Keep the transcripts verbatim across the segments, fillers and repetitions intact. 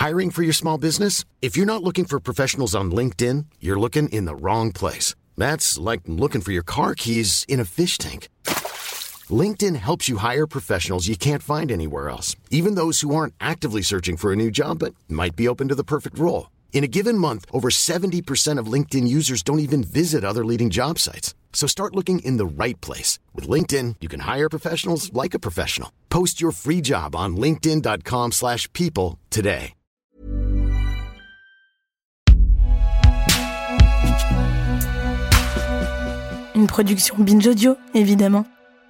Hiring for your small business? If you're not looking for professionals on LinkedIn, you're looking in the wrong place. That's like looking for your car keys in a fish tank. LinkedIn helps you hire professionals you can't find anywhere else, even those who aren't actively searching for a new job but might be open to the perfect role. In a given month, over seventy percent of LinkedIn users don't even visit other leading job sites. So start looking in the right place. With LinkedIn, you can hire professionals like a professional. Post your free job on linkedin.com slash people today. Une production Binge Audio, évidemment.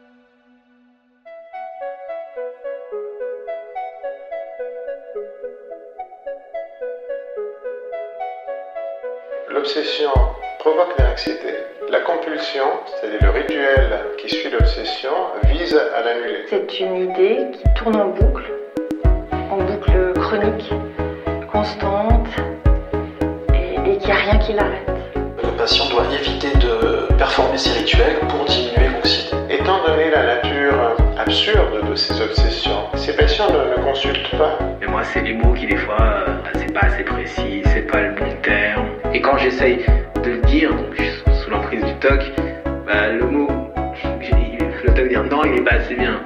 L'obsession provoque l'anxiété. La compulsion, c'est-à-dire le rituel qui suit l'obsession, vise à l'annuler. C'est une idée qui tourne en boucle, en boucle chronique, constante, et, et qu'il n'y a rien qui l'arrête. Le patient doit éviter de performer ses rituels pour diminuer l'anxiété. Étant donné la nature absurde de ces obsessions, ces patients ne, ne consultent pas. Mais moi, c'est les mots qui, des fois, euh, c'est pas assez précis, c'est pas le bon terme. Et quand j'essaye de le dire, donc je suis sous l'emprise du T O C, bah, le mot, le T O C dit non, il est pas assez bien.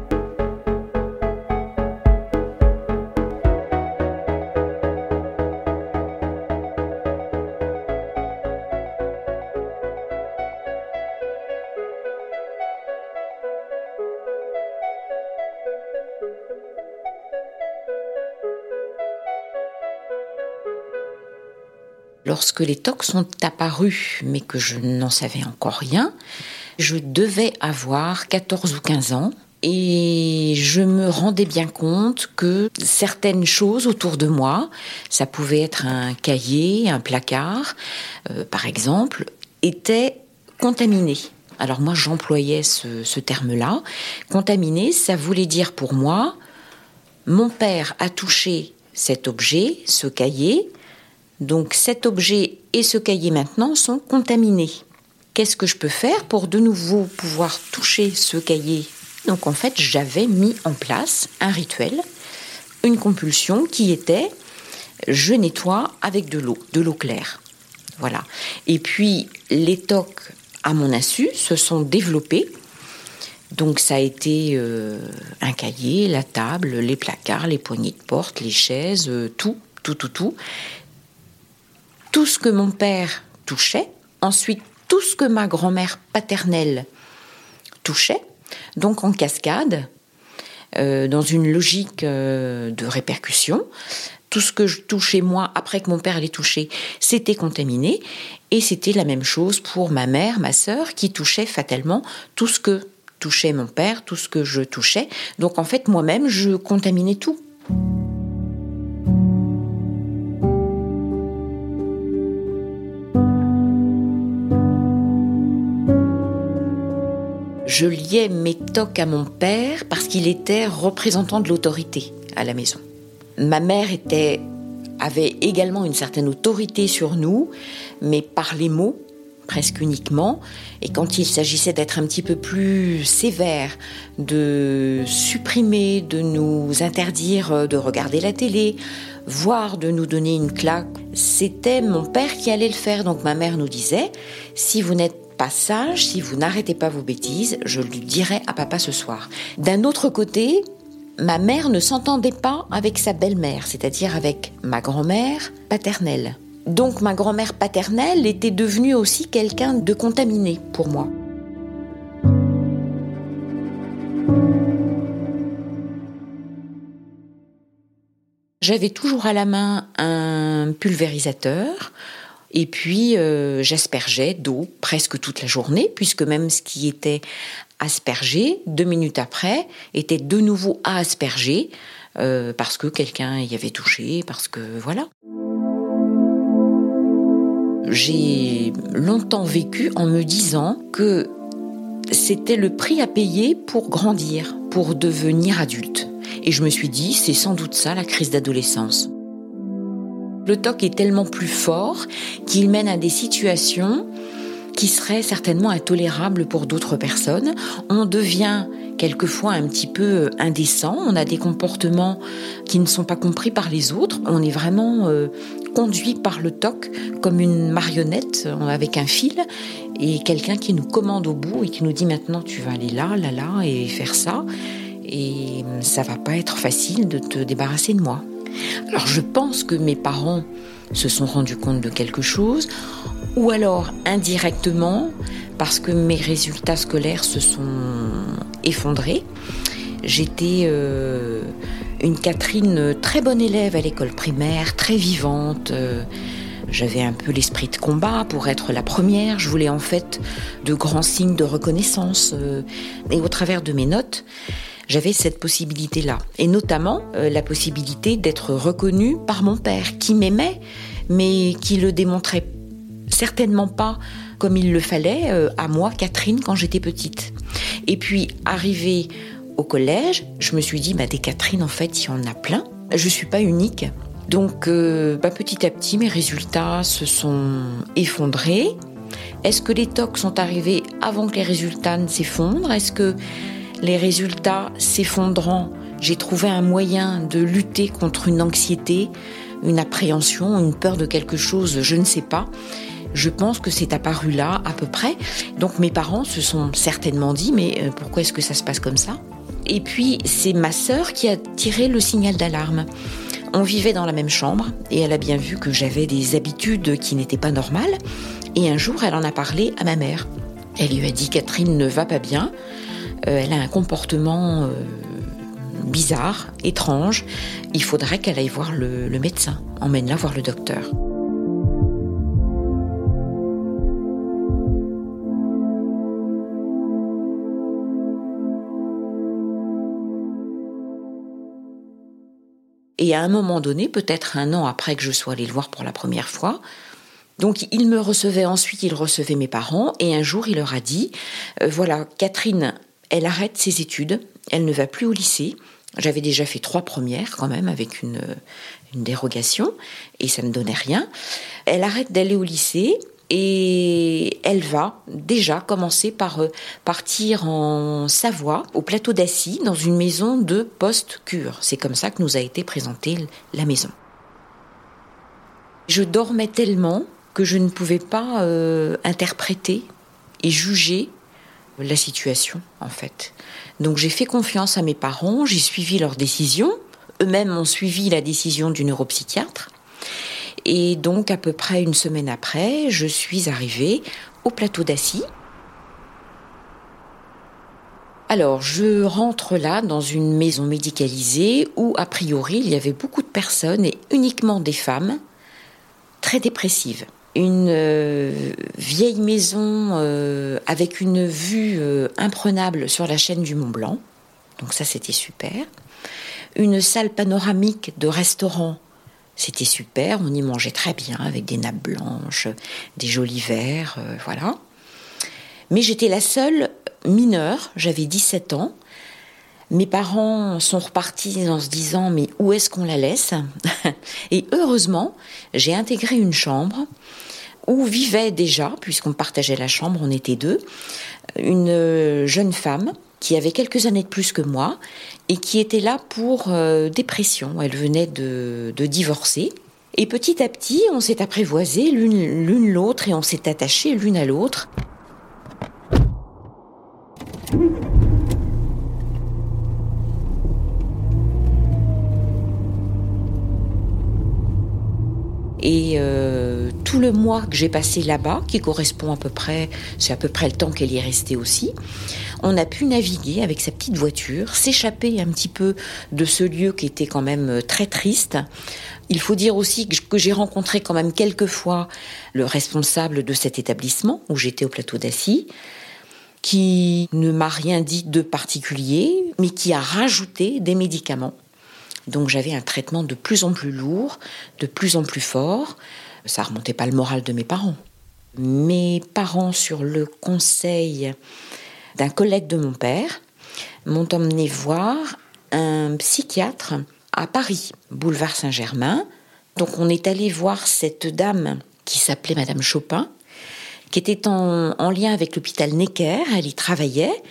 Lorsque les T O C sont apparus, mais que je n'en savais encore rien, je devais avoir quatorze ou quinze ans et je me rendais bien compte que certaines choses autour de moi, ça pouvait être un cahier, un placard, euh, par exemple, étaient contaminées. Alors moi, j'employais ce, ce terme-là. Contaminé, ça voulait dire pour moi, mon père a touché cet objet, ce cahier. Donc cet objet et ce cahier maintenant sont contaminés. Qu'est-ce que je peux faire pour de nouveau pouvoir toucher ce cahier ? Donc en fait, j'avais mis en place un rituel, une compulsion qui était « je nettoie avec de l'eau, de l'eau claire ». Voilà. Et puis les T O C, à mon insu, se sont développés. Donc ça a été euh, un cahier, la table, les placards, les poignées de porte, les chaises, euh, tout, tout, tout, tout. Tout ce que mon père touchait, ensuite tout ce que ma grand-mère paternelle touchait, donc en cascade, euh, dans une logique euh, de répercussion. Tout ce que je touchais moi, après que mon père l'ait touché, c'était contaminé. Et c'était la même chose pour ma mère, ma sœur, qui touchait fatalement tout ce que touchait mon père, tout ce que je touchais. Donc en fait, moi-même, je contaminais tout. Je liais mes T O C à mon père parce qu'il était représentant de l'autorité à la maison. Ma mère était, avait également une certaine autorité sur nous, mais par les mots, presque uniquement. Et quand il s'agissait d'être un petit peu plus sévère, de supprimer, de nous interdire de regarder la télé, voire de nous donner une claque, c'était mon père qui allait le faire. Donc ma mère nous disait, si vous n'êtes pas sage, si vous n'arrêtez pas vos bêtises, je lui dirai à papa ce soir. D'un autre côté, ma mère ne s'entendait pas avec sa belle-mère, c'est-à-dire avec ma grand-mère paternelle. Donc ma grand-mère paternelle était devenue aussi quelqu'un de contaminé pour moi. J'avais toujours à la main un pulvérisateur. Et puis, euh, j'aspergeais d'eau presque toute la journée, puisque même ce qui était aspergé, deux minutes après, était de nouveau à asperger, euh, parce que quelqu'un y avait touché, parce que voilà. J'ai longtemps vécu en me disant que c'était le prix à payer pour grandir, pour devenir adulte. Et je me suis dit, c'est sans doute ça, la crise d'adolescence. Le T O C est tellement plus fort qu'il mène à des situations qui seraient certainement intolérables pour d'autres personnes. On devient quelquefois un petit peu indécents. On a des comportements qui ne sont pas compris par les autres. On est vraiment euh, conduit par le T O C comme une marionnette avec un fil et quelqu'un qui nous commande au bout et qui nous dit maintenant tu vas aller là, là, là et faire ça. Et ça va pas être facile de te débarrasser de moi. Alors je pense que mes parents se sont rendus compte de quelque chose, ou alors indirectement, parce que mes résultats scolaires se sont effondrés. J'étais euh, une Catherine très bonne élève à l'école primaire, très vivante. Euh, j'avais un peu l'esprit de combat pour être la première. Je voulais en fait de grands signes de reconnaissance. Euh, et au travers de mes notes, j'avais cette possibilité-là. Et notamment euh, la possibilité d'être reconnue par mon père, qui m'aimait, mais qui le démontrait certainement pas comme il le fallait euh, à moi, Catherine, quand j'étais petite. Et puis, arrivée au collège, je me suis dit, bah, des Catherine, en fait, il y en a plein. Je suis pas unique. Donc, euh, bah, petit à petit, mes résultats se sont effondrés. Est-ce que les T O C sont arrivés avant que les résultats ne s'effondrent ? Est-ce que les résultats s'effondrant, j'ai trouvé un moyen de lutter contre une anxiété, une appréhension, une peur de quelque chose, je ne sais pas. Je pense que c'est apparu là, à peu près. Donc mes parents se sont certainement dit, mais pourquoi est-ce que ça se passe comme ça ? Et puis c'est ma sœur qui a tiré le signal d'alarme. On vivait dans la même chambre et elle a bien vu que j'avais des habitudes qui n'étaient pas normales. Et un jour, elle en a parlé à ma mère. Elle lui a dit, Catherine ne va pas bien. Euh, elle a un comportement euh, bizarre, étrange. Il faudrait qu'elle aille voir le, le médecin. Emmène-la voir le docteur. Et à un moment donné, peut-être un an après que je sois allée le voir pour la première fois, donc il me recevait, ensuite il recevait mes parents, et un jour il leur a dit, euh, voilà, Catherine, elle arrête ses études, elle ne va plus au lycée. J'avais déjà fait trois premières quand même avec une, une dérogation et ça ne donnait rien. Elle arrête d'aller au lycée et elle va déjà commencer par euh, partir en Savoie, au plateau d'Assy, dans une maison de post-cure. C'est comme ça que nous a été présentée la maison. Je dormais tellement que je ne pouvais pas euh, interpréter et juger la situation, en fait. Donc j'ai fait confiance à mes parents, j'ai suivi leurs décisions. Eux-mêmes ont suivi la décision du neuropsychiatre. Et donc, à peu près une semaine après, je suis arrivée au plateau d'Assy. Alors, je rentre là dans une maison médicalisée où, a priori, il y avait beaucoup de personnes et uniquement des femmes très dépressives. Une euh, vieille maison euh, avec une vue euh, imprenable sur la chaîne du Mont Blanc. Donc ça, c'était super. Une salle panoramique de restaurant. C'était super. On y mangeait très bien avec des nappes blanches, des jolis verres, euh, voilà. Mais j'étais la seule mineure. J'avais dix-sept ans. Mes parents sont repartis en se disant « mais où est-ce qu'on la laisse ?» Et heureusement, j'ai intégré une chambre où vivait déjà, puisqu'on partageait la chambre, on était deux, une jeune femme qui avait quelques années de plus que moi et qui était là pour euh, dépression. Elle venait de, de divorcer. Et petit à petit, on s'est apprivoisés l'une, l'une l'autre et on s'est attachés l'une à l'autre. Et euh, tout le mois que j'ai passé là-bas, qui correspond à peu près, c'est à peu près le temps qu'elle y est restée aussi, on a pu naviguer avec sa petite voiture, s'échapper un petit peu de ce lieu qui était quand même très triste. Il faut dire aussi que, que j'ai rencontré quand même quelques fois le responsable de cet établissement, où j'étais au plateau d'Assy, qui ne m'a rien dit de particulier, mais qui a rajouté des médicaments. Donc j'avais un traitement de plus en plus lourd, de plus en plus fort. Ça remontait pas le moral de mes parents. Mes parents, sur le conseil d'un collègue de mon père, m'ont emmené voir un psychiatre à Paris, boulevard Saint-Germain. Donc on est allé voir cette dame qui s'appelait Madame Chopin, qui était en, en lien avec l'hôpital Necker. Elle y travaillait.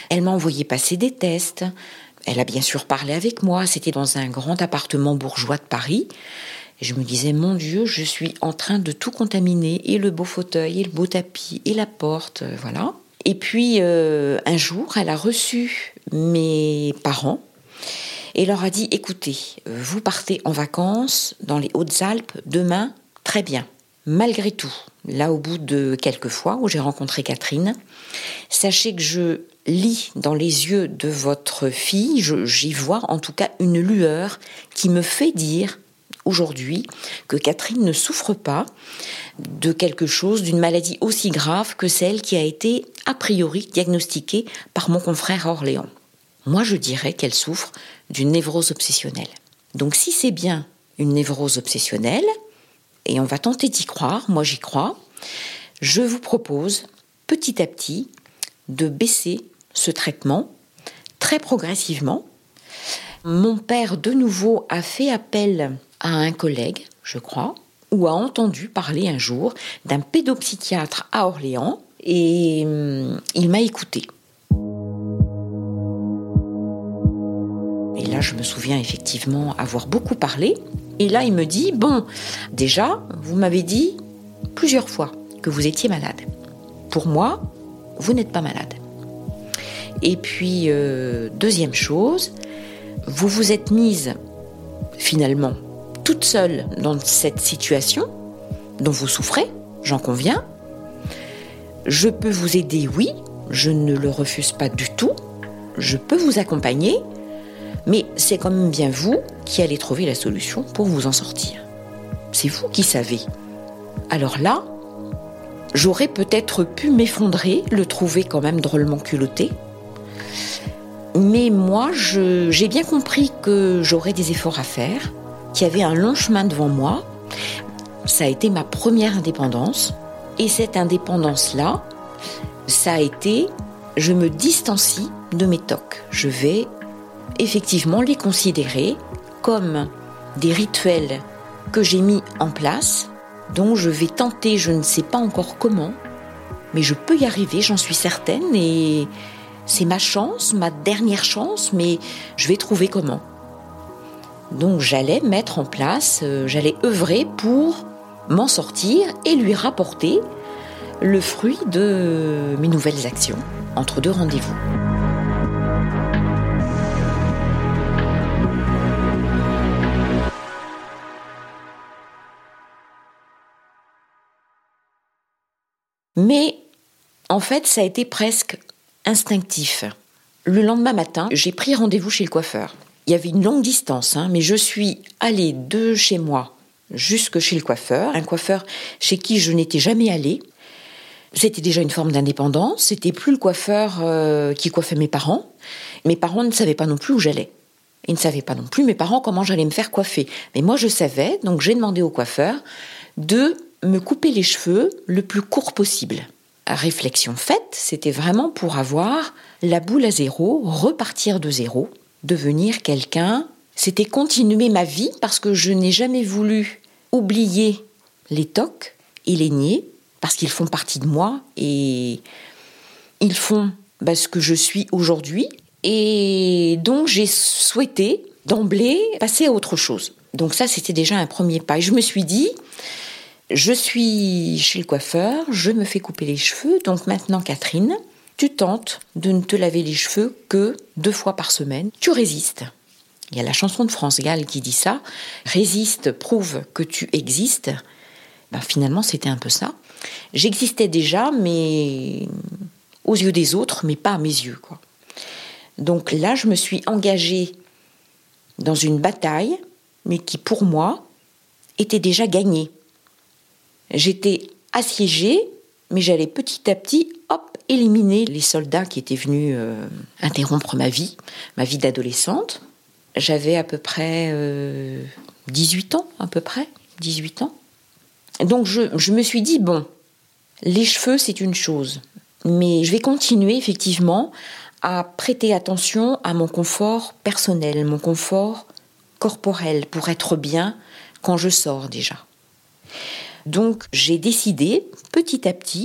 Elle m'a envoyé passer des tests. Elle a bien sûr parlé avec moi. C'était dans un grand appartement bourgeois de Paris. Et je me disais, mon Dieu, je suis en train de tout contaminer. Et le beau fauteuil, et le beau tapis, et la porte, euh, voilà. Et puis, euh, un jour, elle a reçu mes parents et leur a dit, écoutez, vous partez en vacances dans les Hautes-Alpes demain, très bien. Malgré tout, là, au bout de quelques fois où j'ai rencontré Catherine, sachez que je lis dans les yeux de votre fille, je, j'y vois en tout cas une lueur qui me fait dire aujourd'hui que Catherine ne souffre pas de quelque chose, d'une maladie aussi grave que celle qui a été a priori diagnostiquée par mon confrère à Orléans. Moi, je dirais qu'elle souffre d'une névrose obsessionnelle. Donc si c'est bien une névrose obsessionnelle, et on va tenter d'y croire, moi j'y crois, je vous propose petit à petit de baisser ce traitement très progressivement. Mon père, de nouveau, a fait appel à un collègue, je crois, ou a entendu parler un jour d'un pédopsychiatre à Orléans, et hum, il m'a écouté. Et là, je me souviens effectivement avoir beaucoup parlé. Et là, il me dit, bon, déjà, vous m'avez dit plusieurs fois que vous étiez malade. Pour moi, vous n'êtes pas malade. Et puis, euh, deuxième chose, vous vous êtes mise, finalement, toute seule dans cette situation dont vous souffrez, j'en conviens. Je peux vous aider, oui, je ne le refuse pas du tout. Je peux vous accompagner, mais c'est quand même bien vous qui allez trouver la solution pour vous en sortir. C'est vous qui savez. Alors là, j'aurais peut-être pu m'effondrer, le trouver quand même drôlement culotté. Mais moi, je, j'ai bien compris que j'aurais des efforts à faire, qu'il y avait un long chemin devant moi. Ça a été ma première indépendance. Et cette indépendance-là, ça a été, je me distancie de mes tocs. Je vais effectivement les considérer comme des rituels que j'ai mis en place, dont je vais tenter, je ne sais pas encore comment, mais je peux y arriver, j'en suis certaine, et c'est ma chance, ma dernière chance, mais je vais trouver comment. Donc j'allais mettre en place, euh, j'allais œuvrer pour m'en sortir et lui rapporter le fruit de mes nouvelles actions entre deux rendez-vous. Mais en fait, ça a été presque instinctif. Le lendemain matin, j'ai pris rendez-vous chez le coiffeur. Il y avait une longue distance, hein, mais je suis allée de chez moi jusque chez le coiffeur, un coiffeur chez qui je n'étais jamais allée. C'était déjà une forme d'indépendance, c'était plus le coiffeur euh, qui coiffait mes parents. Mes parents ne savaient pas non plus où j'allais. Ils ne savaient pas non plus, mes parents, comment j'allais me faire coiffer. Mais moi, je savais, donc j'ai demandé au coiffeur de me couper les cheveux le plus court possible. Réflexion faite, c'était vraiment pour avoir la boule à zéro, repartir de zéro, devenir quelqu'un. C'était continuer ma vie parce que je n'ai jamais voulu oublier les tocs et les nier parce qu'ils font partie de moi et ils font bah, ce que je suis aujourd'hui. Et donc j'ai souhaité d'emblée passer à autre chose. Donc ça, c'était déjà un premier pas. Et je me suis dit, je suis chez le coiffeur, je me fais couper les cheveux, donc maintenant Catherine, tu tentes de ne te laver les cheveux que deux fois par semaine. Tu résistes. Il y a la chanson de France Gall qui dit ça. Résiste, prouve que tu existes. Ben, finalement, c'était un peu ça. J'existais déjà, mais aux yeux des autres, mais pas à mes yeux, quoi. Donc là, je me suis engagée dans une bataille, mais qui, pour moi, était déjà gagnée. J'étais assiégée, mais j'allais petit à petit, hop, éliminer les soldats qui étaient venus euh, interrompre ma vie, ma vie d'adolescente. J'avais à peu près euh, dix-huit ans, à peu près, dix-huit ans. Donc je, je me suis dit, bon, les cheveux, c'est une chose, mais je vais continuer effectivement à prêter attention à mon confort personnel, mon confort corporel, pour être bien quand je sors déjà. Donc j'ai décidé, petit à petit,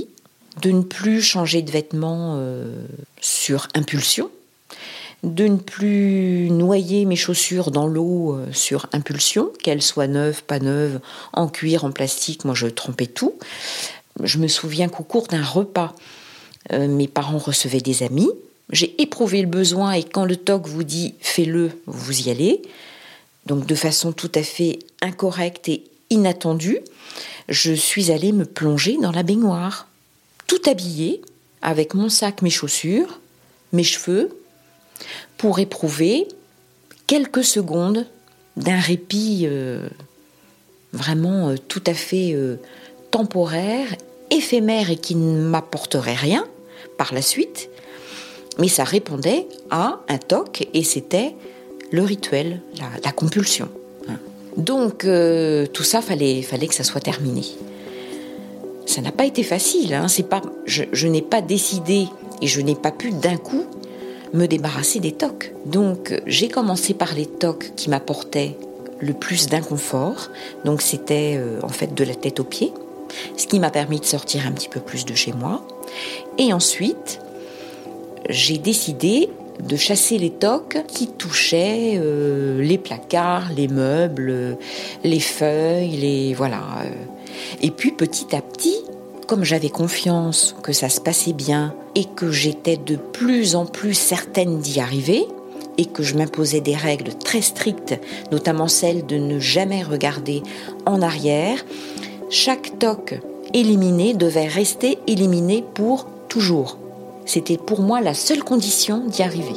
de ne plus changer de vêtements euh, sur impulsion, de ne plus noyer mes chaussures dans l'eau euh, sur impulsion, qu'elles soient neuves, pas neuves, en cuir, en plastique, moi je trempais tout. Je me souviens qu'au cours d'un repas, euh, mes parents recevaient des amis, j'ai éprouvé le besoin et quand le toc vous dit « fais-le », vous y allez. Donc de façon tout à fait incorrecte et inattendue, je suis allée me plonger dans la baignoire, tout habillée, avec mon sac, mes chaussures, mes cheveux, pour éprouver quelques secondes d'un répit euh, vraiment euh, tout à fait euh, temporaire, éphémère et qui ne m'apporterait rien par la suite, mais ça répondait à un toc et c'était le rituel, la, la compulsion. Donc euh, tout ça, fallait, fallait que ça soit terminé. Ça n'a pas été facile, hein. C'est pas, je, je n'ai pas décidé et je n'ai pas pu d'un coup me débarrasser des tocs. Donc j'ai commencé par les tocs qui m'apportaient le plus d'inconfort. Donc c'était euh, en fait de la tête aux pieds, ce qui m'a permis de sortir un petit peu plus de chez moi. Et ensuite, j'ai décidé de chasser les tocs qui touchaient euh, les placards, les meubles, euh, les feuilles, les voilà. Euh. Et puis petit à petit, comme j'avais confiance que ça se passait bien et que j'étais de plus en plus certaine d'y arriver et que je m'imposais des règles très strictes, notamment celle de ne jamais regarder en arrière, chaque toc éliminé devait rester éliminé pour toujours. C'était pour moi la seule condition d'y arriver.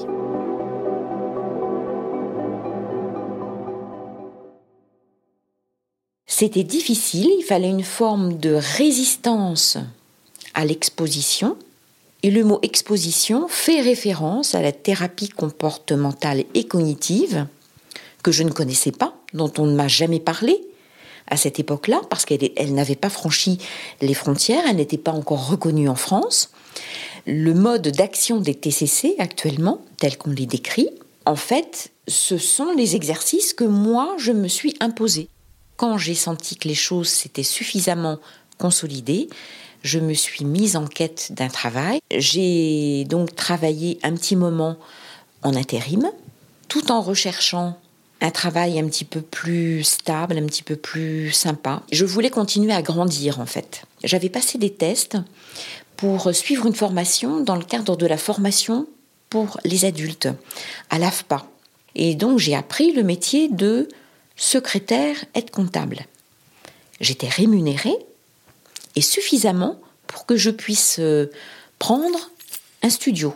C'était difficile, il fallait une forme de résistance à l'exposition. Et le mot exposition fait référence à la thérapie comportementale et cognitive que je ne connaissais pas, dont on ne m'a jamais parlé à cette époque-là, parce qu'elle elle n'avait pas franchi les frontières, elle n'était pas encore reconnue en France. Le mode d'action des T C C actuellement, tel qu'on les décrit, en fait, ce sont les exercices que moi, je me suis imposés. Quand j'ai senti que les choses s'étaient suffisamment consolidées, je me suis mise en quête d'un travail. J'ai donc travaillé un petit moment en intérim, tout en recherchant un travail un petit peu plus stable, un petit peu plus sympa. Je voulais continuer à grandir, en fait. J'avais passé des tests pour suivre une formation dans le cadre de la formation pour les adultes, à l'A F P A. Et donc, j'ai appris le métier de secrétaire aide-comptable. J'étais rémunérée et suffisamment pour que je puisse prendre un studio.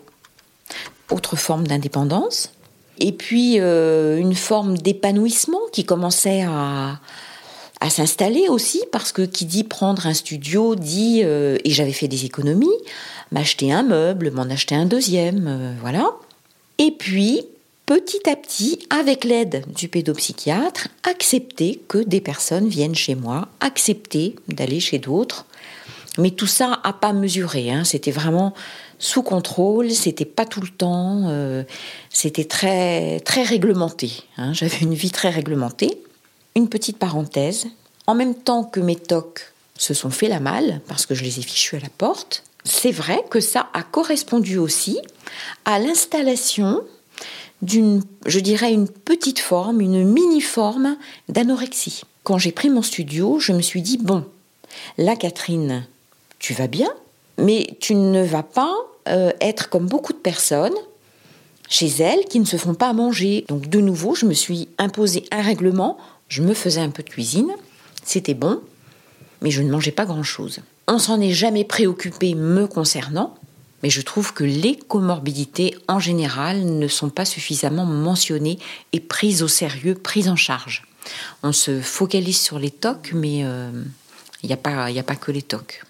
Autre forme d'indépendance. Et puis, euh, une forme d'épanouissement qui commençait à... à s'installer aussi, parce que qui dit prendre un studio dit, euh, et j'avais fait des économies, m'acheter un meuble, m'en acheter un deuxième, euh, voilà. Et puis, petit à petit, avec l'aide du pédopsychiatre, accepter que des personnes viennent chez moi, accepter d'aller chez d'autres. Mais tout ça à pas mesurer, hein. C'était vraiment sous contrôle, c'était pas tout le temps, euh, c'était très, très réglementé, hein. J'avais une vie très réglementée. Une petite parenthèse, en même temps que mes tocs se sont fait la malle, parce que je les ai fichus à la porte, c'est vrai que ça a correspondu aussi à l'installation d'une, je dirais, une petite forme, une mini-forme d'anorexie. Quand j'ai pris mon studio, je me suis dit, bon, là Catherine, tu vas bien, mais tu ne vas pas euh, être comme beaucoup de personnes chez elles qui ne se font pas à manger. Donc de nouveau, je me suis imposé un règlement. Je me faisais un peu de cuisine, c'était bon, mais je ne mangeais pas grand-chose. On s'en est jamais préoccupé me concernant, mais je trouve que les comorbidités, en général, ne sont pas suffisamment mentionnées et prises au sérieux, prises en charge. On se focalise sur les tocs, mais il euh, n'y a pas, y a pas que les tocs.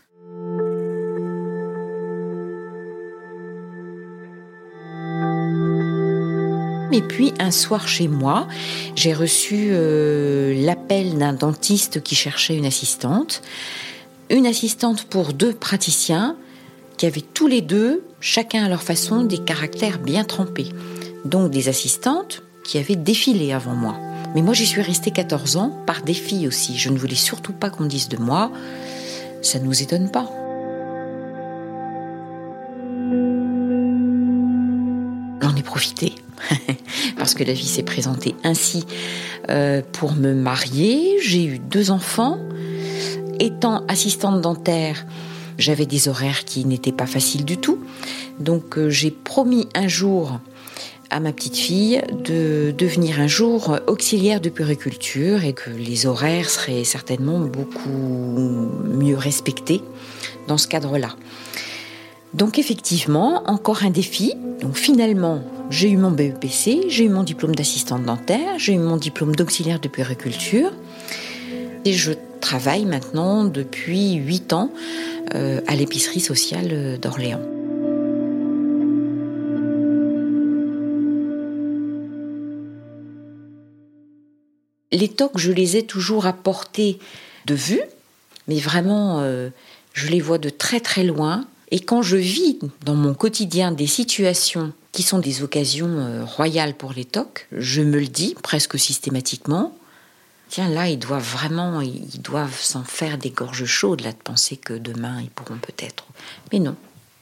Et puis un soir chez moi, j'ai reçu euh, l'appel d'un dentiste qui cherchait une assistante. Une assistante pour deux praticiens qui avaient tous les deux, chacun à leur façon, des caractères bien trempés. Donc des assistantes qui avaient défilé avant moi. Mais moi j'y suis restée quatorze ans, par défi aussi. Je ne voulais surtout pas qu'on dise de moi, ça ne nous étonne pas. profité, parce que la vie s'est présentée ainsi, euh, pour me marier. J'ai eu deux enfants. Étant assistante dentaire, j'avais des horaires qui n'étaient pas faciles du tout. Donc euh, j'ai promis un jour à ma petite fille de devenir un jour auxiliaire de puériculture et que les horaires seraient certainement beaucoup mieux respectés dans ce cadre-là. Donc effectivement, encore un défi. Donc finalement, j'ai eu mon B E P C, j'ai eu mon diplôme d'assistante dentaire, j'ai eu mon diplôme d'auxiliaire de puériculture et je travaille maintenant depuis huit ans euh, à l'épicerie sociale d'Orléans. Les tocs, je les ai toujours à portée de vue, mais vraiment, euh, je les vois de très très loin. Et quand je vis dans mon quotidien des situations qui sont des occasions euh, royales pour les tocs, je me le dis presque systématiquement. Tiens, là, ils doivent vraiment, ils doivent s'en faire des gorges chaudes, là, de penser que demain, ils pourront peut-être... Mais non.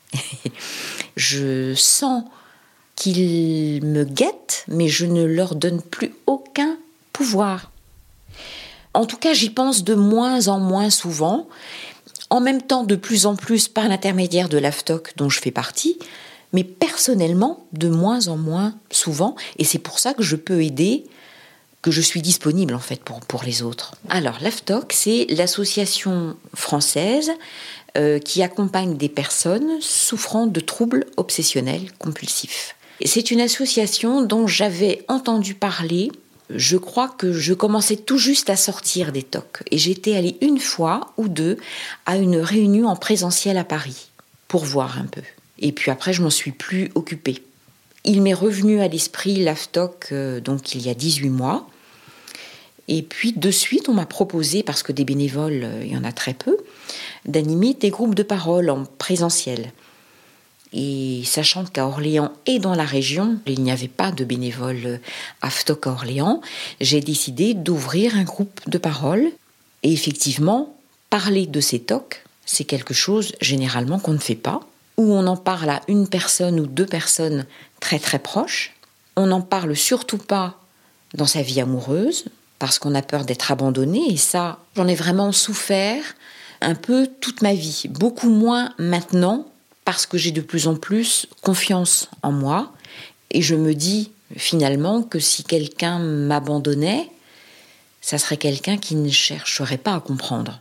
Je sens qu'ils me guettent, mais je ne leur donne plus aucun pouvoir. En tout cas, j'y pense de moins en moins souvent. En même temps, de plus en plus par l'intermédiaire de l'A F T O C, dont je fais partie, mais personnellement, de moins en moins souvent. Et c'est pour ça que je peux aider, que je suis disponible en fait pour, pour les autres. Alors, l'A F T O C, c'est l'association française euh, qui accompagne des personnes souffrant de troubles obsessionnels compulsifs. Et c'est une association dont j'avais entendu parler. Je crois que je commençais tout juste à sortir des tocs. Et j'étais allée une fois ou deux à une réunion en présentiel à Paris pour voir un peu. Et puis après, je m'en suis plus occupée. Il m'est revenu à l'esprit l'A F T O C, euh, donc il y a dix-huit mois. Et puis de suite, on m'a proposé, parce que des bénévoles, euh, il y en a très peu, d'animer des groupes de parole en présentiel. Et sachant qu'à Orléans et dans la région, il n'y avait pas de bénévoles A F T O C à Orléans, j'ai décidé d'ouvrir un groupe de parole. Et effectivement, parler de ces tocs, c'est quelque chose généralement qu'on ne fait pas, où on en parle à une personne ou deux personnes très très proches. On n'en parle surtout pas dans sa vie amoureuse, parce qu'on a peur d'être abandonné, et ça, j'en ai vraiment souffert un peu toute ma vie, beaucoup moins maintenant, parce que j'ai de plus en plus confiance en moi, et je me dis finalement que si quelqu'un m'abandonnait, ça serait quelqu'un qui ne chercherait pas à comprendre.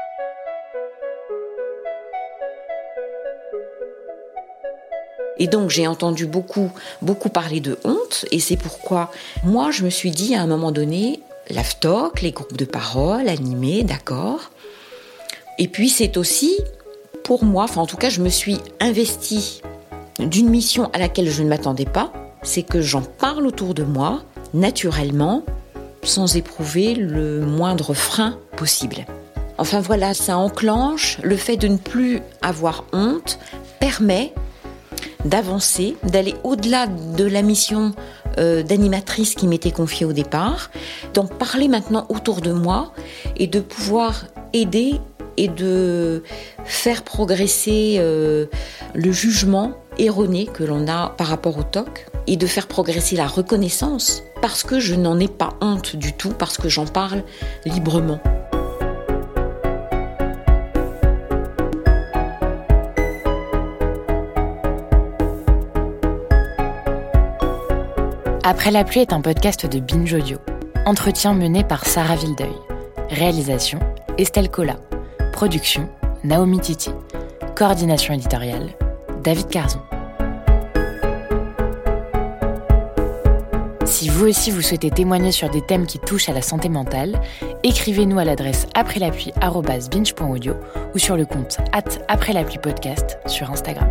Et donc j'ai entendu beaucoup, beaucoup parler de honte, et c'est pourquoi moi je me suis dit à un moment donné, l'A F T O C, les groupes de parole, animés, d'accord. Et puis c'est aussi... Pour moi, enfin en tout cas, je me suis investie d'une mission à laquelle je ne m'attendais pas, c'est que j'en parle autour de moi, naturellement, sans éprouver le moindre frein possible. Enfin voilà, ça enclenche, le fait de ne plus avoir honte permet d'avancer, d'aller au-delà de la mission euh, d'animatrice qui m'était confiée au départ, d'en parler maintenant autour de moi et de pouvoir aider et de faire progresser euh, le jugement erroné que l'on a par rapport au T O C et de faire progresser la reconnaissance parce que je n'en ai pas honte du tout, parce que j'en parle librement. Après la pluie est un podcast de Binge Audio. Entretien mené par Sarah Vildeuil. Réalisation Estelle Collat. Production, Naomi Titi. Coordination éditoriale, David Carzon. Si vous aussi vous souhaitez témoigner sur des thèmes qui touchent à la santé mentale, écrivez-nous à l'adresse après la pluie arobase binge point audio ou sur le compte arobase après la pluie podcast sur Instagram.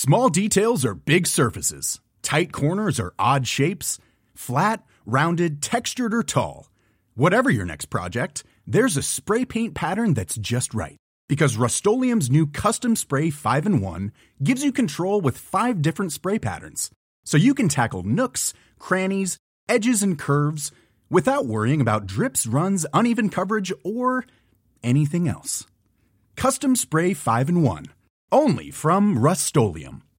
Small details are big surfaces. Tight corners are odd shapes. Flat, rounded, textured, or tall. Whatever your next project, there's a spray paint pattern that's just right. Because Rust-Oleum's new Custom Spray five in one gives you control with five different spray patterns. So you can tackle nooks, crannies, edges, and curves without worrying about drips, runs, uneven coverage, or anything else. Custom Spray five in one. Only from Rust-Oleum.